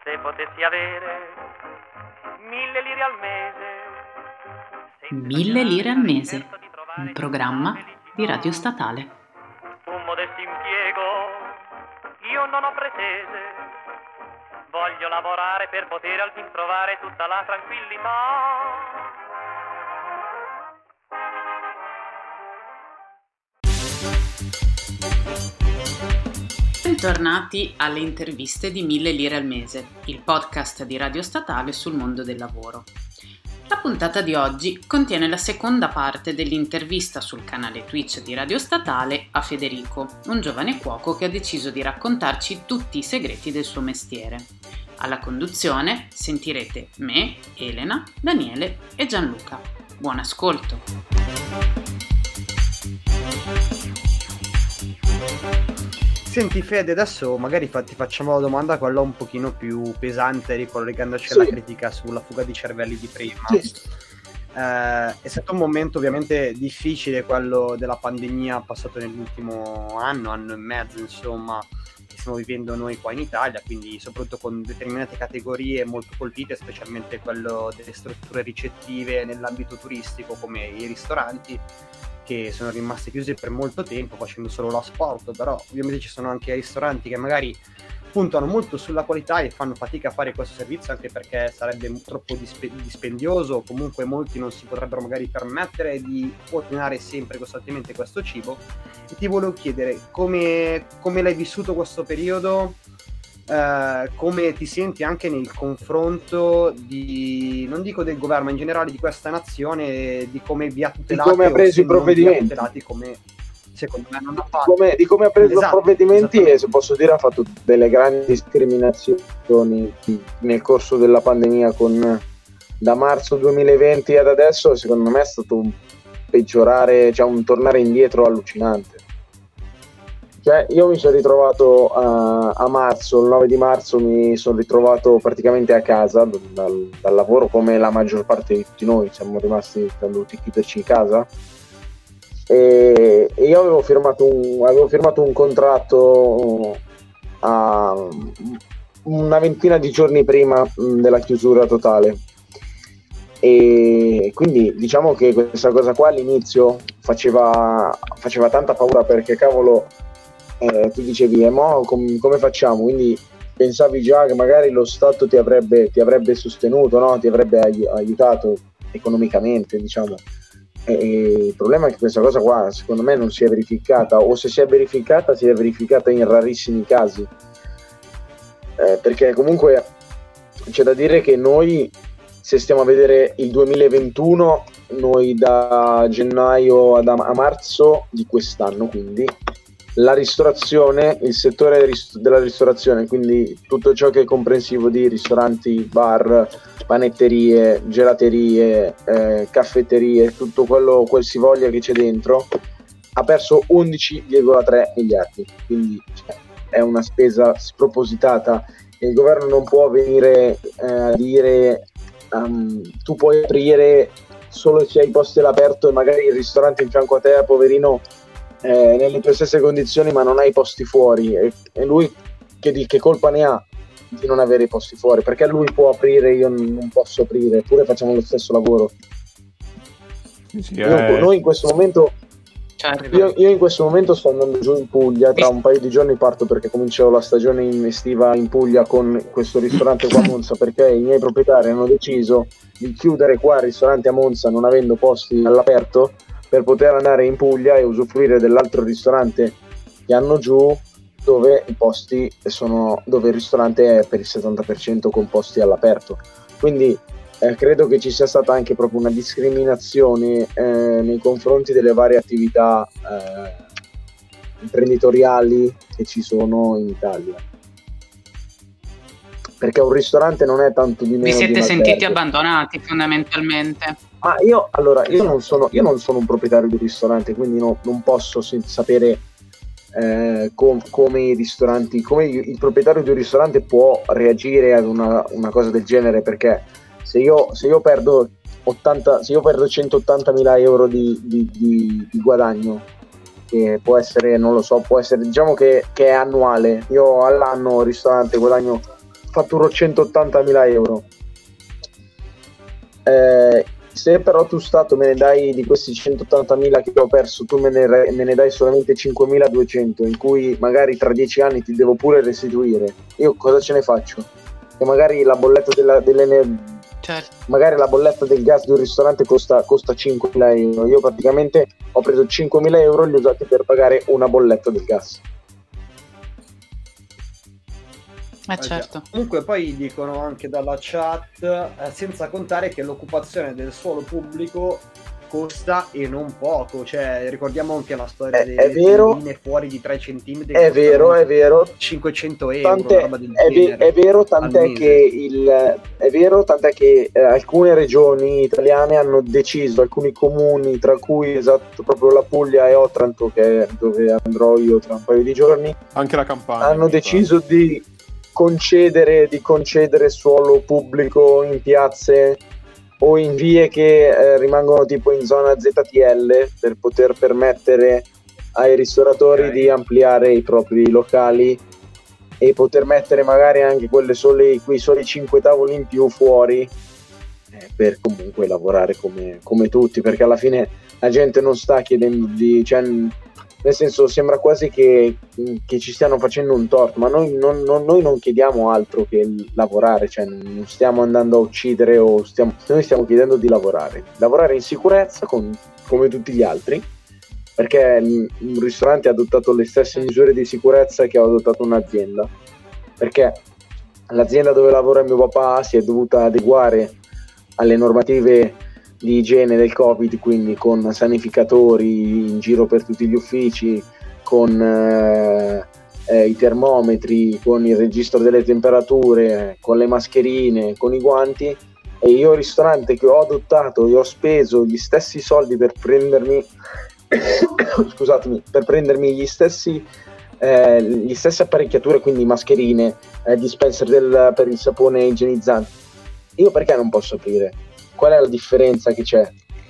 Se potessi avere 1.000 lire al mese. 1.000 lire al mese, un programma di Radio Statale. Un modesto impiego, io non ho pretese. Voglio lavorare per poter al fin trovare tutta la tranquillità. Bentornati alle interviste di 1.000 lire al mese, il podcast di Radio Statale sul mondo del lavoro. La puntata di oggi contiene la seconda parte dell'intervista sul canale Twitch di Radio Statale a Federico, un giovane cuoco che ha deciso di raccontarci tutti i segreti del suo mestiere. Alla conduzione sentirete me, Elena, Daniele e Gianluca. Buon ascolto! Senti Fede, adesso magari ti facciamo la domanda quella un pochino più pesante, ricollegandoci alla critica sulla fuga di cervelli di prima. Sì. È stato un momento ovviamente difficile quello della pandemia passato nell'ultimo anno e mezzo, insomma, che stiamo vivendo noi qua in Italia, quindi soprattutto con determinate categorie molto colpite, specialmente quello delle strutture ricettive nell'ambito turistico come i ristoranti, che sono rimasti chiusi per molto tempo facendo solo l'asporto. Però ovviamente ci sono anche ristoranti che magari puntano molto sulla qualità e fanno fatica a fare questo servizio, anche perché sarebbe troppo dispendioso, o comunque molti non si potrebbero magari permettere di ordinare sempre costantemente questo cibo. E ti volevo chiedere come l'hai vissuto questo periodo, come ti senti anche nel confronto non dico del governo, ma in generale di questa nazione, di come vi ha tutelato, come ha preso i provvedimenti, come secondo me non ha fatto, di come ha preso i provvedimenti, e se posso dire ha fatto delle grandi discriminazioni nel corso della pandemia. Da marzo 2020 ad adesso secondo me è stato un peggiorare, cioè un tornare indietro allucinante. Cioè, io mi sono ritrovato a marzo, il 9 di marzo mi sono ritrovato praticamente a casa dal lavoro, come la maggior parte di tutti noi, siamo dovuti chiuderci in casa, e io avevo firmato un contratto una ventina di giorni prima della chiusura totale, e quindi diciamo che questa cosa qua all'inizio faceva tanta paura, perché cavolo, tu dicevi mo come facciamo? Quindi pensavi già che magari lo Stato ti avrebbe sostenuto, no? Ti avrebbe aiutato economicamente, diciamo. E il problema è che questa cosa qua secondo me non si è verificata, o se si è verificata in rarissimi casi, perché comunque c'è da dire che noi, se stiamo a vedere il 2021, noi da gennaio a marzo di quest'anno, quindi la ristorazione, il settore della ristorazione, quindi tutto ciò che è comprensivo di ristoranti, bar, panetterie, gelaterie, caffetterie, tutto quello quel si voglia che c'è dentro, ha perso 11,3 miliardi, quindi è una spesa spropositata. Il governo non può venire a dire tu puoi aprire solo se hai posti all'aperto, e magari il ristorante in fianco a te, poverino, nelle tue stesse condizioni, ma non hai posti fuori, e lui che colpa ne ha di non avere i posti fuori? Perché lui può aprire, io non posso aprire, eppure facciamo lo stesso lavoro. Noi in questo momento, io in questo momento sto andando giù in Puglia, tra un paio di giorni parto, perché comincio la stagione estiva in Puglia con questo ristorante qua a Monza, perché i miei proprietari hanno deciso di chiudere qua il ristorante a Monza, non avendo posti all'aperto, per poter andare in Puglia e usufruire dell'altro ristorante che hanno giù, dove dove il ristorante è per il 70% con posti all'aperto. Quindi credo che ci sia stata anche proprio una discriminazione nei confronti delle varie attività imprenditoriali che ci sono in Italia, perché un ristorante non è tanto di meno. Vi siete sentiti abbandonati fondamentalmente? Ma io non sono un proprietario di un ristorante, quindi non posso sapere come i ristoranti, come il proprietario di un ristorante può reagire ad una cosa del genere, perché se io perdo 180.000 euro di guadagno, che può essere, non lo so, può essere, diciamo che è annuale, io all'anno ristorante guadagno fatturo 180.000 euro. Se però tu Stato me ne dai di questi 180.000 che ho perso, tu me ne dai solamente 5.200, in cui magari tra 10 anni ti devo pure restituire, io cosa ce ne faccio? Che magari la bolletta magari la bolletta del gas di un ristorante costa 5.000 euro. Io praticamente ho preso 5.000 euro e li ho usati per pagare una bolletta del gas. Certo. Comunque poi dicono anche dalla chat, senza contare che l'occupazione del suolo pubblico costa e non poco, cioè ricordiamo anche la storia delle linee fuori di 3 centimetri. È vero, 500 euro, roba del genere. È vero, tant'è che alcune regioni italiane hanno deciso, alcuni comuni, tra cui proprio la Puglia e Otranto, che è dove andrò io tra un paio di giorni, anche la Campania, hanno deciso di concedere suolo pubblico in piazze o in vie che rimangono tipo in zona ZTL, per poter permettere ai ristoratori di ampliare i propri locali e poter mettere magari anche quei soli 5 tavoli in più fuori, per comunque lavorare come tutti, perché alla fine la gente non sta chiedendo nel senso, sembra quasi che ci stiano facendo un torto, ma noi non chiediamo altro che lavorare, cioè non stiamo andando a uccidere, noi stiamo chiedendo di lavorare in sicurezza come tutti gli altri, perché un ristorante ha adottato le stesse misure di sicurezza che ha adottato un'azienda, perché l'azienda dove lavora mio papà si è dovuta adeguare alle normative di igiene del Covid, quindi con sanificatori in giro per tutti gli uffici, con i termometri, con il registro delle temperature, con le mascherine, con i guanti. E io ristorante che ho adottato, io ho speso gli stessi soldi per prendermi gli stesse apparecchiature, quindi mascherine, dispenser per il sapone igienizzante. Io perché non posso aprire? Qual è la differenza che c'è?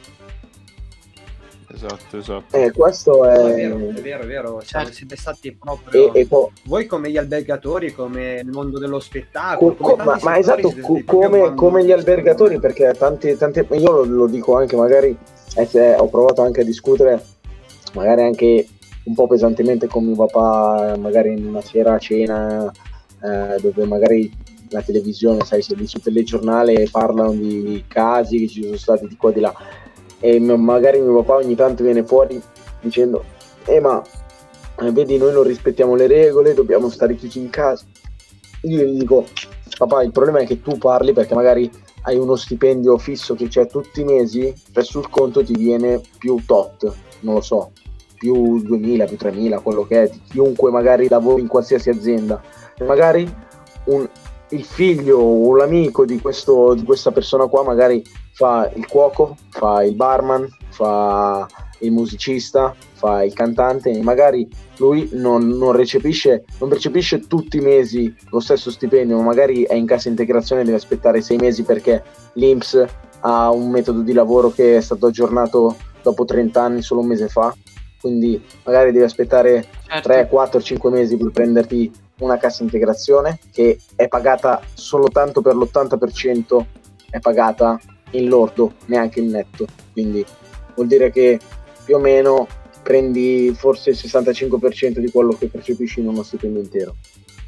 Esatto. Questo è vero. Siete stati proprio voi come gli albergatori, come il mondo dello spettacolo, ma esatto, come gli albergatori, perché tante io lo dico anche, magari ho provato anche a discutere magari anche un po' pesantemente con mio papà, magari in una sera a cena, dove magari la televisione, sai, se lì sul telegiornale parlano di casi che ci sono stati di qua di là, e magari mio papà ogni tanto viene fuori dicendo ma vedi, noi non rispettiamo le regole, dobbiamo stare chiusi in casa. Io gli dico: papà, il problema è che tu parli perché magari hai uno stipendio fisso che c'è tutti i mesi, e sul conto ti viene più tot, non lo so, più 2.000, più 3.000, quello che è, di chiunque magari lavori in qualsiasi azienda, e magari il figlio o l'amico di questa persona qua magari fa il cuoco, fa il barman, fa il musicista, fa il cantante, e magari lui non percepisce tutti i mesi lo stesso stipendio, ma magari è in cassa integrazione e deve aspettare 6 mesi perché l'INPS ha un metodo di lavoro che è stato aggiornato dopo 30 anni solo un mese fa, quindi magari devi aspettare 3, 4, 5 mesi per prenderti una cassa integrazione che è pagata soltanto per l'80%, è pagata in lordo, neanche in netto, quindi vuol dire che più o meno prendi forse il 65% di quello che percepisci in uno stipendio intero,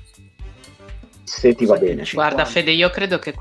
se ti va bene. Guarda Fede, io credo che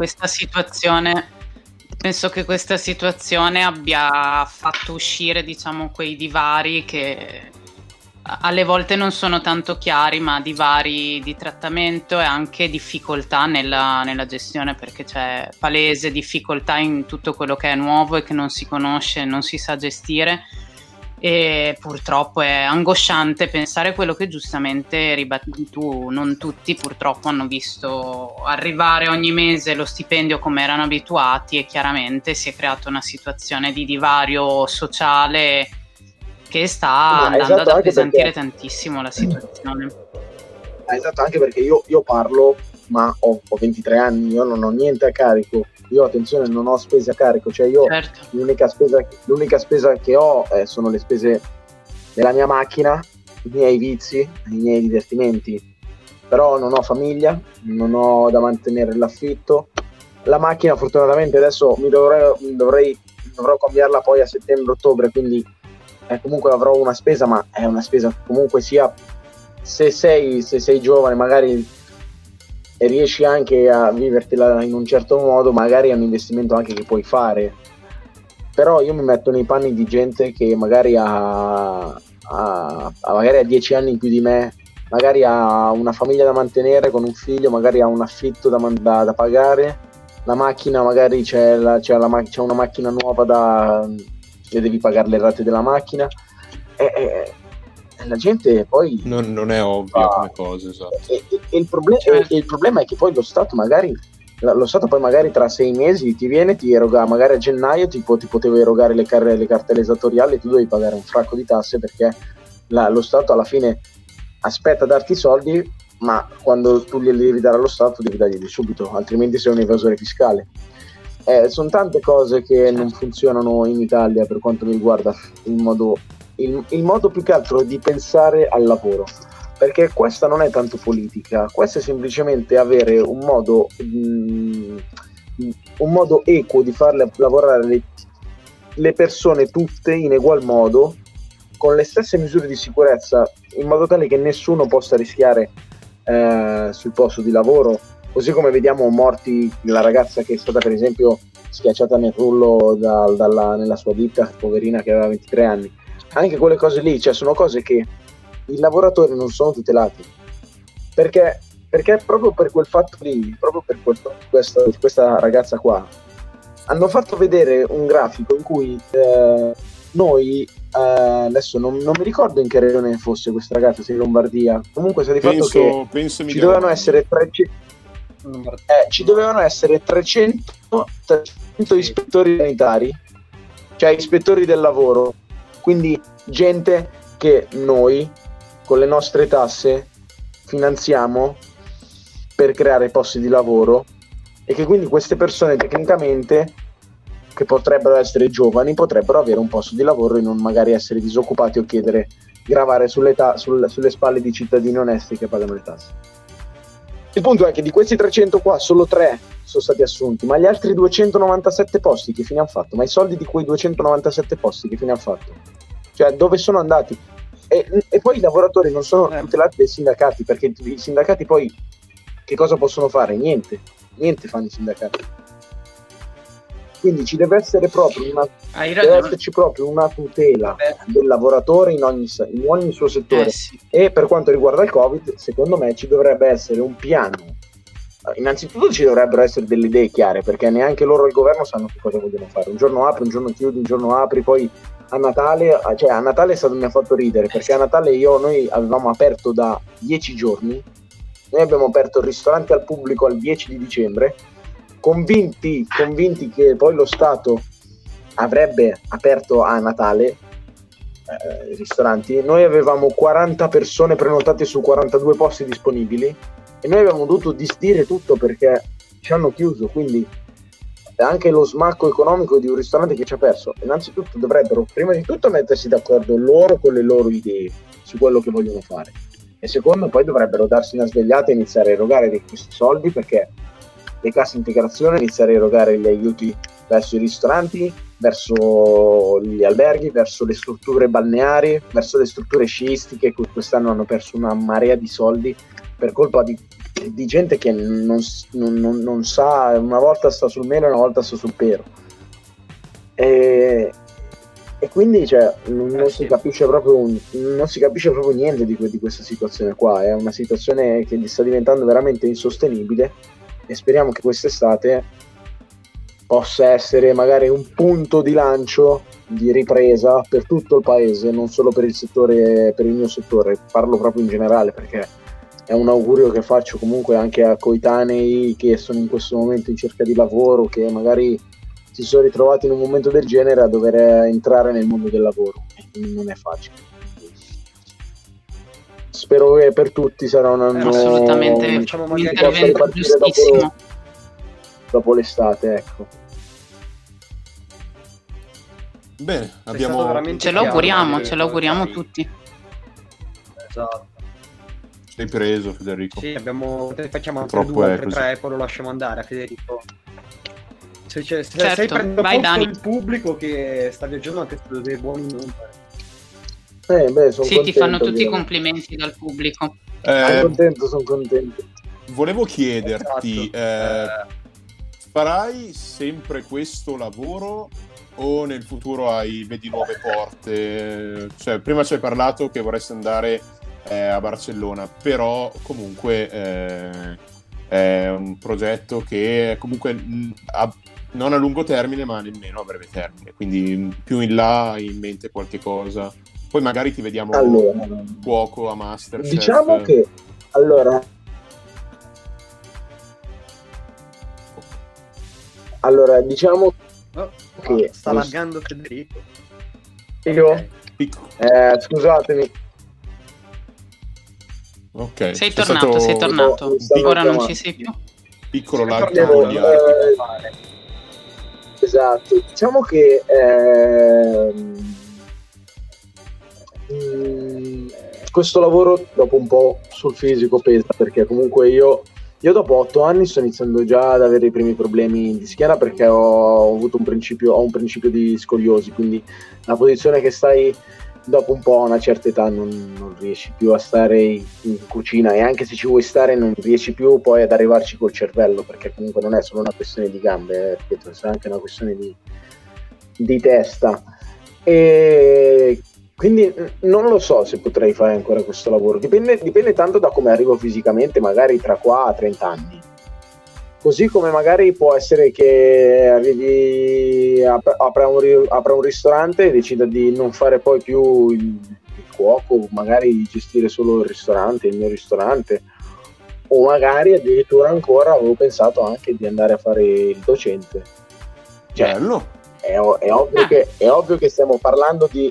penso che questa situazione abbia fatto uscire, diciamo, quei divari che alle volte non sono tanto chiari, ma divari di trattamento e anche difficoltà nella gestione, perché c'è palese difficoltà in tutto quello che è nuovo e che non si conosce, non si sa gestire, e purtroppo è angosciante pensare quello che giustamente ribadì tu: non tutti purtroppo hanno visto arrivare ogni mese lo stipendio come erano abituati, e chiaramente si è creata una situazione di divario sociale che sta andando ad appesantire tantissimo la situazione. Esatto, anche perché io parlo, ma ho 23 anni, io non ho niente a carico, io attenzione, non ho spese a carico, cioè io l'unica spesa che ho sono le spese della mia macchina, i miei vizi, i miei divertimenti, però non ho famiglia, non ho da mantenere l'affitto. La macchina fortunatamente adesso dovrò cambiarla poi a settembre-ottobre, quindi comunque avrò una spesa, ma è una spesa comunque sia, se sei giovane magari e riesci anche a vivertela in un certo modo, magari è un investimento anche che puoi fare. Però io mi metto nei panni di gente che magari magari ha 10 anni in più di me, magari ha una famiglia da mantenere con un figlio, magari ha un affitto da pagare, la macchina magari c'è una macchina nuova e devi pagare le rate della macchina, e la gente poi non è ovvio come cosa, esatto. E il problema è che poi lo Stato poi magari tra 6 mesi ti viene, ti eroga, magari a gennaio ti poteva erogare le cartelle esattoriali e tu devi pagare un fracco di tasse, perché lo Stato alla fine aspetta a darti i soldi, ma quando tu li devi dare allo Stato devi darglieli subito, altrimenti sei un evasore fiscale. Sono tante cose che non funzionano in Italia per quanto mi riguarda il modo più che altro di pensare al lavoro, perché questa non è tanto politica, questa è semplicemente avere un modo equo di farle lavorare le persone tutte in egual modo, con le stesse misure di sicurezza, in modo tale che nessuno possa rischiare sul posto di lavoro, così come vediamo morti la ragazza che è stata per esempio schiacciata nel rullo nella sua ditta, poverina, che aveva 23 anni. Anche quelle cose lì, cioè sono cose che i lavoratori non sono tutelati, perché proprio per quel fatto lì, proprio per questa ragazza qua, hanno fatto vedere un grafico in cui noi adesso non mi ricordo in che regione fosse questa ragazza, se in Lombardia, comunque sta di fatto che ci dovevano essere 300 ispettori sanitari, cioè ispettori del lavoro, quindi gente che noi con le nostre tasse finanziamo per creare posti di lavoro, e che quindi queste persone tecnicamente, che potrebbero essere giovani, potrebbero avere un posto di lavoro e non magari essere disoccupati o gravare sulle spalle di cittadini onesti che pagano le tasse. Il punto è che di questi 300 qua solo 3 sono stati assunti, ma gli altri 297 posti che fine hanno fatto? Ma i soldi di quei 297 posti che fine hanno fatto? Cioè dove sono andati? E poi i lavoratori non sono tutelati dai sindacati, perché i sindacati poi che cosa possono fare? Niente fanno i sindacati. Quindi ci deve essere proprio esserci proprio una tutela del lavoratore in ogni suo settore. Sì. E per quanto riguarda il Covid, secondo me ci dovrebbe essere un piano. Innanzitutto ci dovrebbero essere delle idee chiare, perché neanche loro al governo sanno che cosa vogliono fare. Un giorno apri, un giorno chiudi, un giorno apri, poi a Natale mi ha fatto ridere, perché a Natale noi avevamo aperto da 10 giorni, noi abbiamo aperto il ristorante al pubblico al 10 di dicembre, convinti che poi lo Stato avrebbe aperto a Natale i ristoranti. Noi avevamo 40 persone prenotate su 42 posti disponibili e noi abbiamo dovuto disdire tutto perché ci hanno chiuso, quindi anche lo smacco economico di un ristorante che ci ha perso. Innanzitutto dovrebbero prima di tutto mettersi d'accordo loro con le loro idee su quello che vogliono fare, e secondo poi dovrebbero darsi una svegliata e iniziare a erogare questi soldi, perché le casse integrazione, iniziare a erogare gli aiuti verso i ristoranti, verso gli alberghi, verso le strutture balneari, verso le strutture sciistiche, che quest'anno hanno perso una marea di soldi per colpa di gente che non sa, una volta sta sul melo e una volta sta sul pero, e quindi non si capisce proprio niente di questa situazione qua. È una situazione che sta diventando veramente insostenibile, e speriamo che quest'estate possa essere magari un punto di lancio di ripresa per tutto il paese, non solo per il mio settore, parlo proprio in generale, perché è un augurio che faccio comunque anche a coetanei che sono in questo momento in cerca di lavoro, che magari si sono ritrovati in un momento del genere a dover entrare nel mondo del lavoro. Non è facile. Spero che per tutti sarà un anno assolutamente un intervento giustissimo dopo l'estate, ecco. Bene, ce lo auguriamo tutti. Esatto. Sei preso, Federico. Sì, facciamo anche Purtroppo 2, è altre così. 3 e poi lo lasciamo andare a Federico. Se Certo, stai prendendo vai, posto Dani. il pubblico che sta viaggiando anche su dei buoni numeri. Sono Sì, ti fanno contento, tutti i direi. complimenti dal pubblico. Sono contento. Volevo chiederti, Esatto. farai sempre questo lavoro o nel futuro vedi nuove porte? Cioè, prima ci hai parlato che vorresti andare a Barcellona, però comunque è un progetto che comunque non a lungo termine, ma nemmeno a breve termine, quindi più in là hai in mente qualche cosa. Poi magari ti vediamo cuoco a Masterchef. Diciamo che allora diciamo che sta laggando Federico. io scusatemi. Ok. Sei tornato. Ora non ci sei più. Piccolo lag. Esatto. Diciamo che questo lavoro dopo un po' sul fisico pesa, perché comunque io dopo 8 anni sto iniziando già ad avere i primi problemi di schiena, perché ho un principio di scoliosi, quindi la posizione che stai dopo un po' a una certa età non riesci più a stare in cucina, e anche se ci vuoi stare non riesci più poi ad arrivarci col cervello, perché comunque non è solo una questione di gambe, ripeto, è anche una questione di testa. E quindi non lo so se potrei fare ancora questo lavoro, dipende tanto da come arrivo fisicamente, magari tra qua a 30 anni. Così come magari può essere che arrivi, apra un ristorante e decida di non fare poi più il cuoco, magari gestire solo il ristorante, il mio ristorante, o magari addirittura ancora avevo pensato anche di andare a fare il docente. Cioè, bello. È ovvio che stiamo parlando di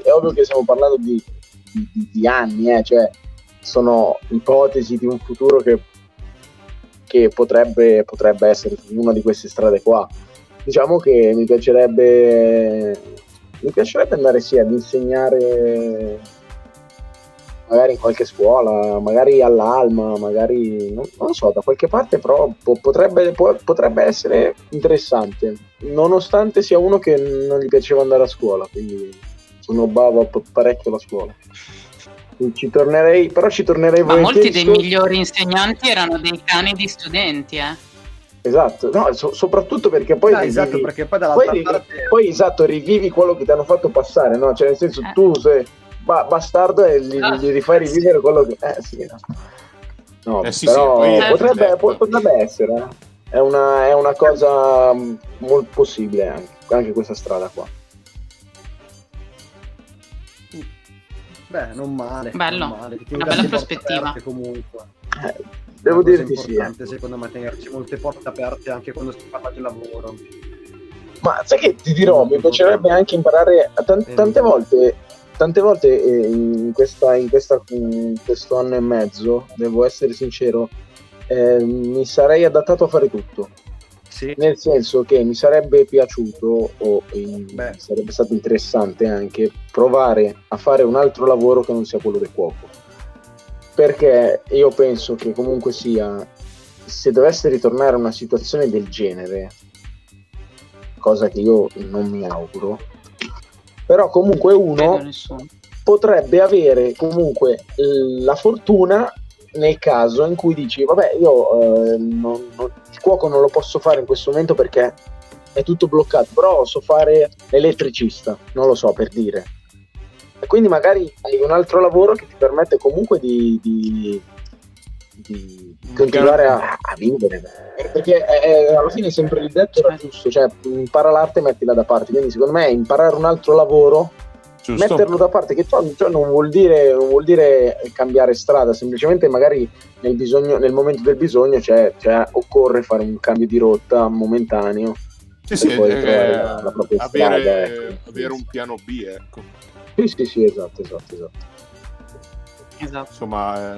anni, cioè sono ipotesi di un futuro che potrebbe essere una di queste strade qua. Diciamo che mi piacerebbe andare ad insegnare magari in qualche scuola, magari all'Alma, magari non lo so, da qualche parte, però potrebbe essere interessante, nonostante sia uno che non gli piaceva andare a scuola, quindi snobbava parecchio la scuola. Ci tornerei Ma molti dei migliori insegnanti erano dei cani di studenti, Esatto, no, soprattutto perché poi esatto, perché poi dall'altra parte poi esatto, rivivi quello che ti hanno fatto passare, no? Cioè nel senso tu sei bastardo e gli rifai rivivere quello che sì. No, sì, però sì, potrebbe essere, è una cosa molto possibile anche questa strada qua. Beh, non male. Bello, non male. una bella prospettiva. Comunque. Devo dirti sì. Secondo me tenerci molte porte aperte anche quando si parla di lavoro. Ma sai che ti dirò, mi piacerebbe anche imparare tante volte in questo anno e mezzo, devo essere sincero, mi sarei adattato a fare tutto. Sì. Nel senso che mi sarebbe piaciuto sarebbe stato interessante anche provare a fare un altro lavoro che non sia quello del cuoco, perché io penso che comunque sia, se dovesse ritornare a una situazione del genere, cosa che io non mi auguro, però comunque uno potrebbe avere comunque la fortuna nel caso in cui dici vabbè, io il cuoco non lo posso fare in questo momento perché è tutto bloccato, però so fare l'elettricista, non lo so, per dire, e quindi magari hai un altro lavoro che ti permette comunque di continuare a vivere, perché alla fine sempre il detto era giusto, cioè impara l'arte e mettila da parte, quindi secondo me imparare un altro lavoro, giusto, metterlo da parte, che cioè non vuol dire cambiare strada, semplicemente magari nel momento del bisogno cioè occorre fare un cambio di rotta momentaneo, sì, poi trovare la propria strada, avere un piano B, ecco. Sì, esatto. Insomma,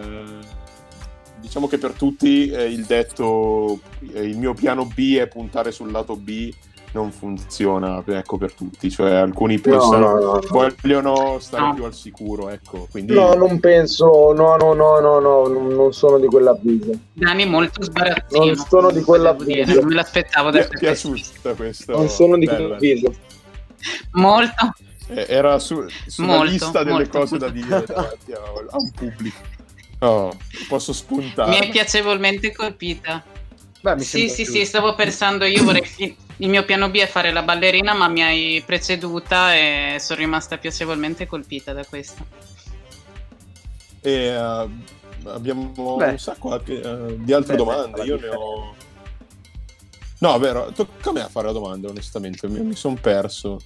diciamo che per tutti il detto il mio piano B è puntare sul lato B non funziona, ecco, per tutti, cioè alcuni pensano no. vogliono stare No. più al sicuro, ecco, quindi No, non penso, no, non sono di quell'avviso. Dani molto sbarazzino. Non sono di quella devo dire, avviso. non me l'aspettavo mi da è te. piaciuta questa. Non sono di Bello. quell'avviso. Molto. Era sulla Molto, lista delle molto. cose da dire davanti a un pubblico. Oh, posso spuntare. Mi hai piacevolmente colpita. Beh, mi Sì, sembra sì, giusto. sì, stavo pensando, io vorrei il mio piano B è fare la ballerina, ma mi hai preceduta e sono rimasta piacevolmente colpita da questo. E abbiamo Beh. un sacco anche, di altre domande. Io ne ho. No, vero, tocca a me a fare la domanda, onestamente. Mi sono perso.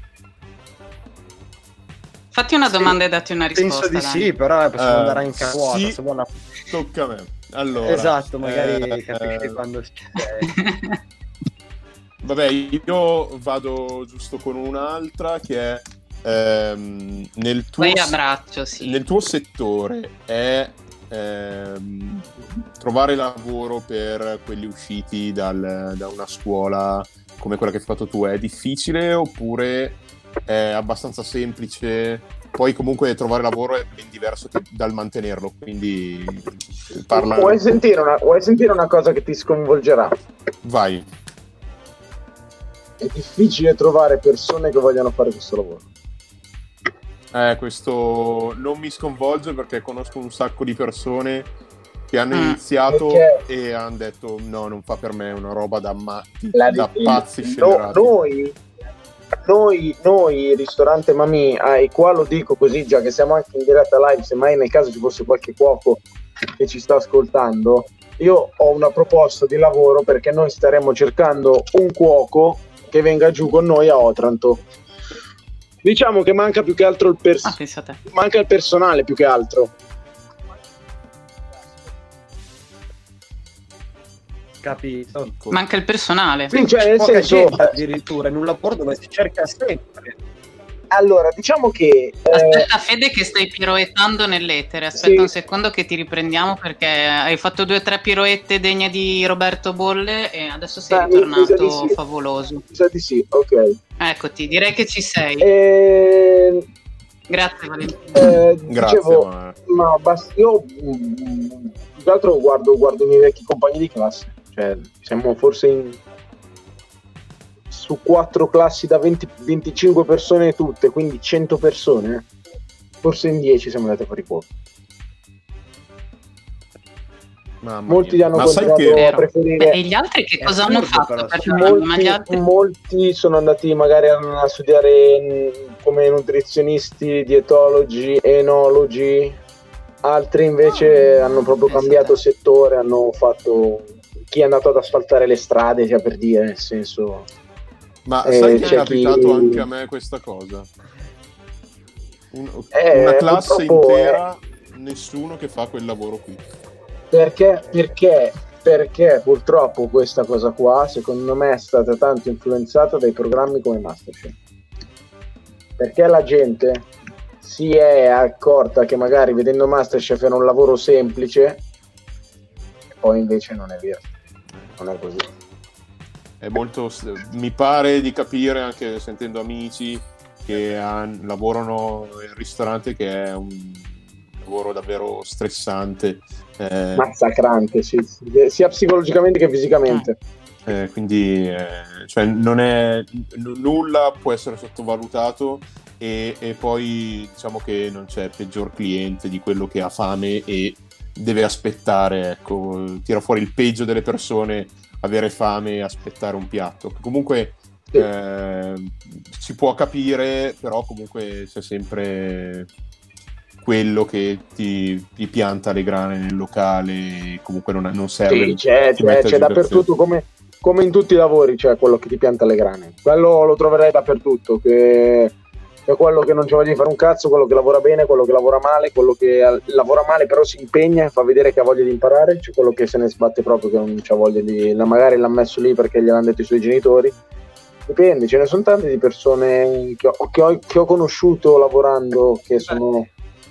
Fatti una Sì, domanda e datti una risposta. Penso di Dani. sì, però possiamo andare anche a vuota. sì. Se vuoi una- Tocca a me. Allora, Esatto, magari capisci quando Vabbè, io vado giusto con un'altra che è nel tuo, Poi abbraccio, sì. nel tuo settore è trovare lavoro per quelli usciti da una scuola come quella che hai fatto tu è difficile oppure è abbastanza semplice? Poi comunque trovare lavoro è ben diverso dal mantenerlo, quindi parla. Vuoi sentire una cosa che ti sconvolgerà? Vai. È difficile trovare persone che vogliano fare questo lavoro. Questo non mi sconvolge perché conosco un sacco di persone che hanno iniziato Perché- e hanno detto no, non fa per me, è una roba da matti, La- da il- pazzi no- scellerati. noi, ristorante Mamì, e qua lo dico così già che siamo anche in diretta live, se mai nel caso ci fosse qualche cuoco che ci sta ascoltando, io ho una proposta di lavoro perché noi staremo cercando un cuoco che venga giù con noi a Otranto. Diciamo che manca più che altro Pensa a te. manca il personale più che altro. capito. Manca il personale. Sì, cioè nel Poca senso, gente addirittura in un lavoro dove si cerca sempre. allora diciamo che Aspetta Fede che stai piroettando nell'etere, aspetta Sì. un secondo che ti riprendiamo perché hai fatto 2 o 3 piroette degne di Roberto Bolle e adesso sei mi sa ritornato di sì. favoloso. mi sa di sì, ok. Eccoti, direi che ci sei. Grazie Valentino. Grazie. Dicevo, ma basta, io più che altro guardo i miei vecchi compagni di classe, cioè siamo forse su 4 classi da 20-25 persone tutte, quindi 100 persone, forse in 10 siamo andati fuori fuoco. Mamma Molti mia. hanno Ma sai continuato che a preferire. E gli altri che È cosa hanno assurdo, fatto? però, Perdonami, ma gli altri... Molti sono andati magari a studiare come nutrizionisti, dietologi, enologi, altri invece hanno proprio pensa cambiato te. settore, hanno fatto chi è andato ad asfaltare le strade, cioè per dire, nel senso. Ma sai che è c'è capitato chi- anche a me questa cosa? Una classe purtroppo intera, nessuno che fa quel lavoro qui. Perché purtroppo questa cosa qua secondo me è stata tanto influenzata dai programmi come Masterchef, perché la gente si è accorta che magari vedendo Masterchef era un lavoro semplice e poi invece non è vero, non è così. È molto, mi pare di capire anche sentendo amici che lavorano in ristorante che è un lavoro davvero stressante, Massacrante, sì, sia psicologicamente che fisicamente. quindi cioè non è nulla può essere sottovalutato e poi diciamo che non c'è peggior cliente di quello che ha fame e deve aspettare, ecco, tira fuori il peggio delle persone, avere fame e aspettare un piatto. Comunque Sì. si può capire, però comunque c'è sempre quello che ti pianta le grane nel locale, comunque non serve. Sì, c'è dappertutto, come in tutti i lavori c'è quello che ti pianta le grane. Quello lo troverai dappertutto, che è quello che non ci voglia di fare un cazzo, quello che lavora bene, quello che lavora male, quello che lavora male però si impegna, fa vedere che ha voglia di imparare, c'è quello che se ne sbatte proprio, che non c'ha voglia magari l'ha messo lì perché gliel'hanno detto i suoi genitori. Dipende, ce ne sono tante di persone che ho conosciuto lavorando che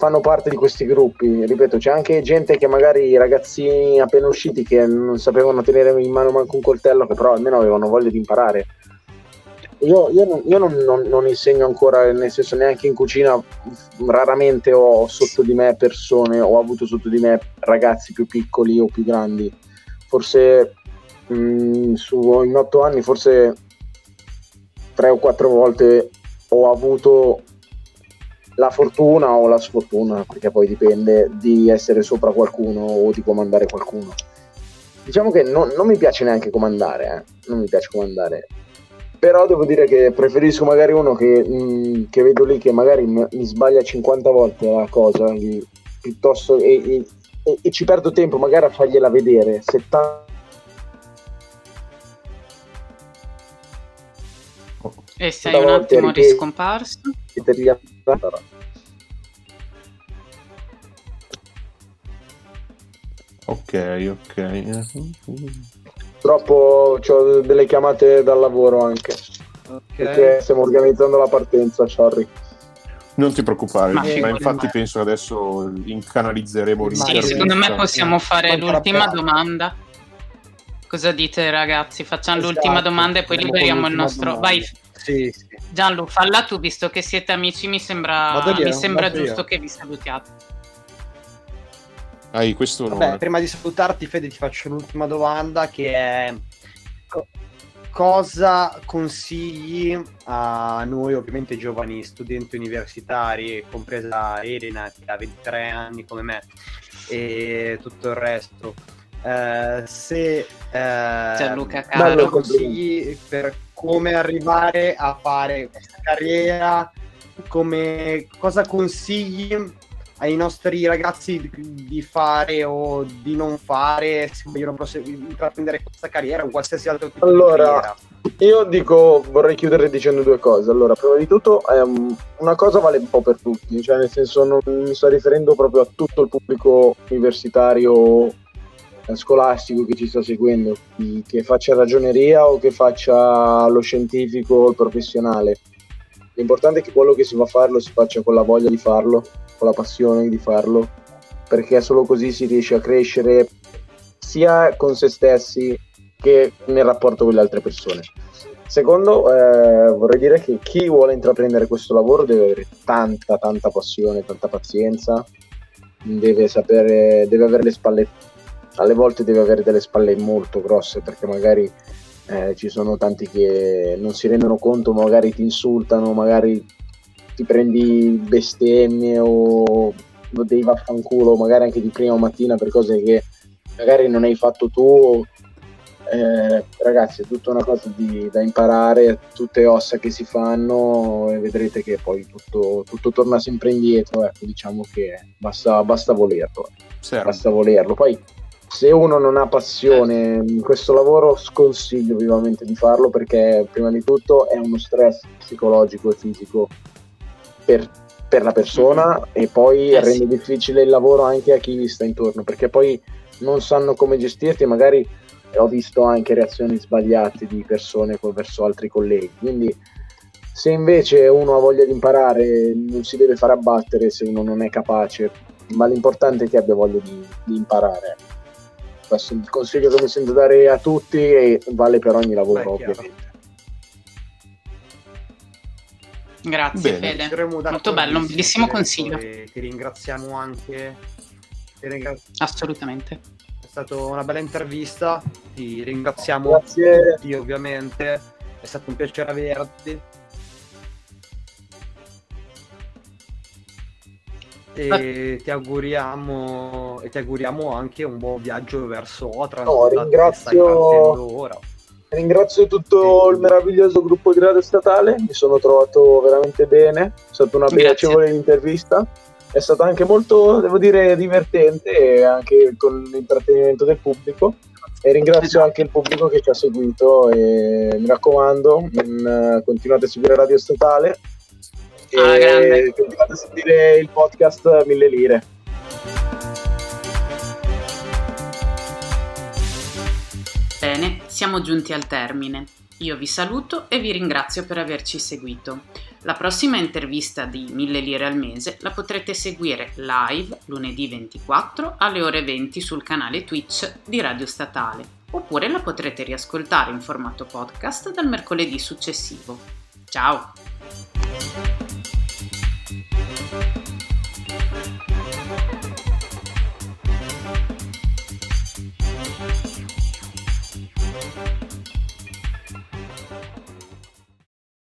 fanno parte di questi gruppi. Ripeto, c'è anche gente che magari, ragazzini appena usciti, che non sapevano tenere in mano manco un coltello, che però almeno avevano voglia di imparare. Io non insegno ancora, nel senso, neanche in cucina. Raramente ho sotto di me persone, ho avuto sotto di me ragazzi più piccoli o più grandi. Forse in 8 anni, forse 3 o 4 volte ho avuto la fortuna o la sfortuna, perché poi dipende, di essere sopra qualcuno o di comandare qualcuno. Diciamo che non mi piace neanche comandare, non mi piace comandare. Però devo dire che preferisco magari uno che vedo lì che magari mi sbaglia 50 volte la cosa, piuttosto e ci perdo tempo magari a fargliela vedere 70. E sei un attimo riscomparso. Ok. Purtroppo ho delle chiamate dal lavoro anche, perché stiamo organizzando la partenza, sorry. Non ti preoccupare, Ma infatti penso che adesso incanalizzeremo l'intervista. Secondo me possiamo fare l'ultima domanda. Cosa dite, ragazzi? Facciamo l'ultima domanda e poi liberiamo il nostro... Domanda. Vai. Sì. Gianlu, falla tu, visto che siete amici, mi sembra giusto che vi salutiate. Questo Vabbè, prima di salutarti, Fede, ti faccio l'ultima domanda, che è: cosa consigli a noi, ovviamente giovani studenti universitari, compresa Elena che ha 23 anni come me e tutto il resto, se Gianluca caro, consigli per come arrivare a fare questa carriera, cosa consigli ai nostri ragazzi di fare o di non fare, se vogliono intraprendere questa carriera o qualsiasi altro tipo di carriera? Io vorrei chiudere dicendo 2 cose. Allora, prima di tutto, una cosa vale un po' per tutti, cioè nel senso non mi sto riferendo proprio a tutto il pubblico universitario scolastico che ci sta seguendo, che faccia ragioneria o che faccia lo scientifico o il professionale. L'importante è che quello che si va a fare lo si faccia con la voglia di farlo, con la passione di farlo, perché solo così si riesce a crescere sia con se stessi che nel rapporto con le altre persone. Secondo, vorrei dire che chi vuole intraprendere questo lavoro deve avere tanta passione, tanta pazienza, deve avere le spalle, alle volte deve avere delle spalle molto grosse, perché magari ci sono tanti che non si rendono conto, magari ti insultano, magari ti prendi bestemmie o devi vaffanculo, magari anche di prima mattina per cose che magari non hai fatto tu. Ragazzi, è tutta una cosa da imparare, tutte ossa che si fanno, e vedrete che poi tutto torna sempre indietro. Diciamo che basta volerlo. Basta volerlo. Poi se uno non ha passione in questo lavoro, sconsiglio vivamente di farlo, perché prima di tutto è uno stress psicologico e fisico per la persona, e poi rende difficile il lavoro anche a chi gli sta intorno, perché poi non sanno come gestirti. Magari ho visto anche reazioni sbagliate di persone verso altri colleghi. Quindi se invece uno ha voglia di imparare, non si deve fare abbattere se uno non è capace, ma l'importante è che abbia voglia di imparare. Questo è il consiglio che mi sento dare a tutti, e vale per ogni lavoro, ovviamente. Grazie. Bene. Fede, molto bello, un bellissimo consiglio. Ti ringraziamo anche. Assolutamente. È stata una bella intervista, ti ringraziamo. Grazie. Tutti, ovviamente, è stato un piacere averti. E ti auguriamo anche un buon viaggio verso Otranto. Ringrazio tutto il meraviglioso gruppo di Radio Statale, mi sono trovato veramente bene, è stata una piacevole intervista, è stata anche molto, devo dire, divertente, e anche con l'intrattenimento del pubblico, e ringrazio anche il pubblico che ci ha seguito, e mi raccomando, continuate a seguire Radio Statale e continuate a sentire il podcast 1000 lire. Bene, siamo giunti al termine. Io vi saluto e vi ringrazio per averci seguito. La prossima intervista di 1000 lire al mese la potrete seguire live lunedì 24 alle ore 20 sul canale Twitch di Radio Statale, oppure la potrete riascoltare in formato podcast dal mercoledì successivo. Ciao!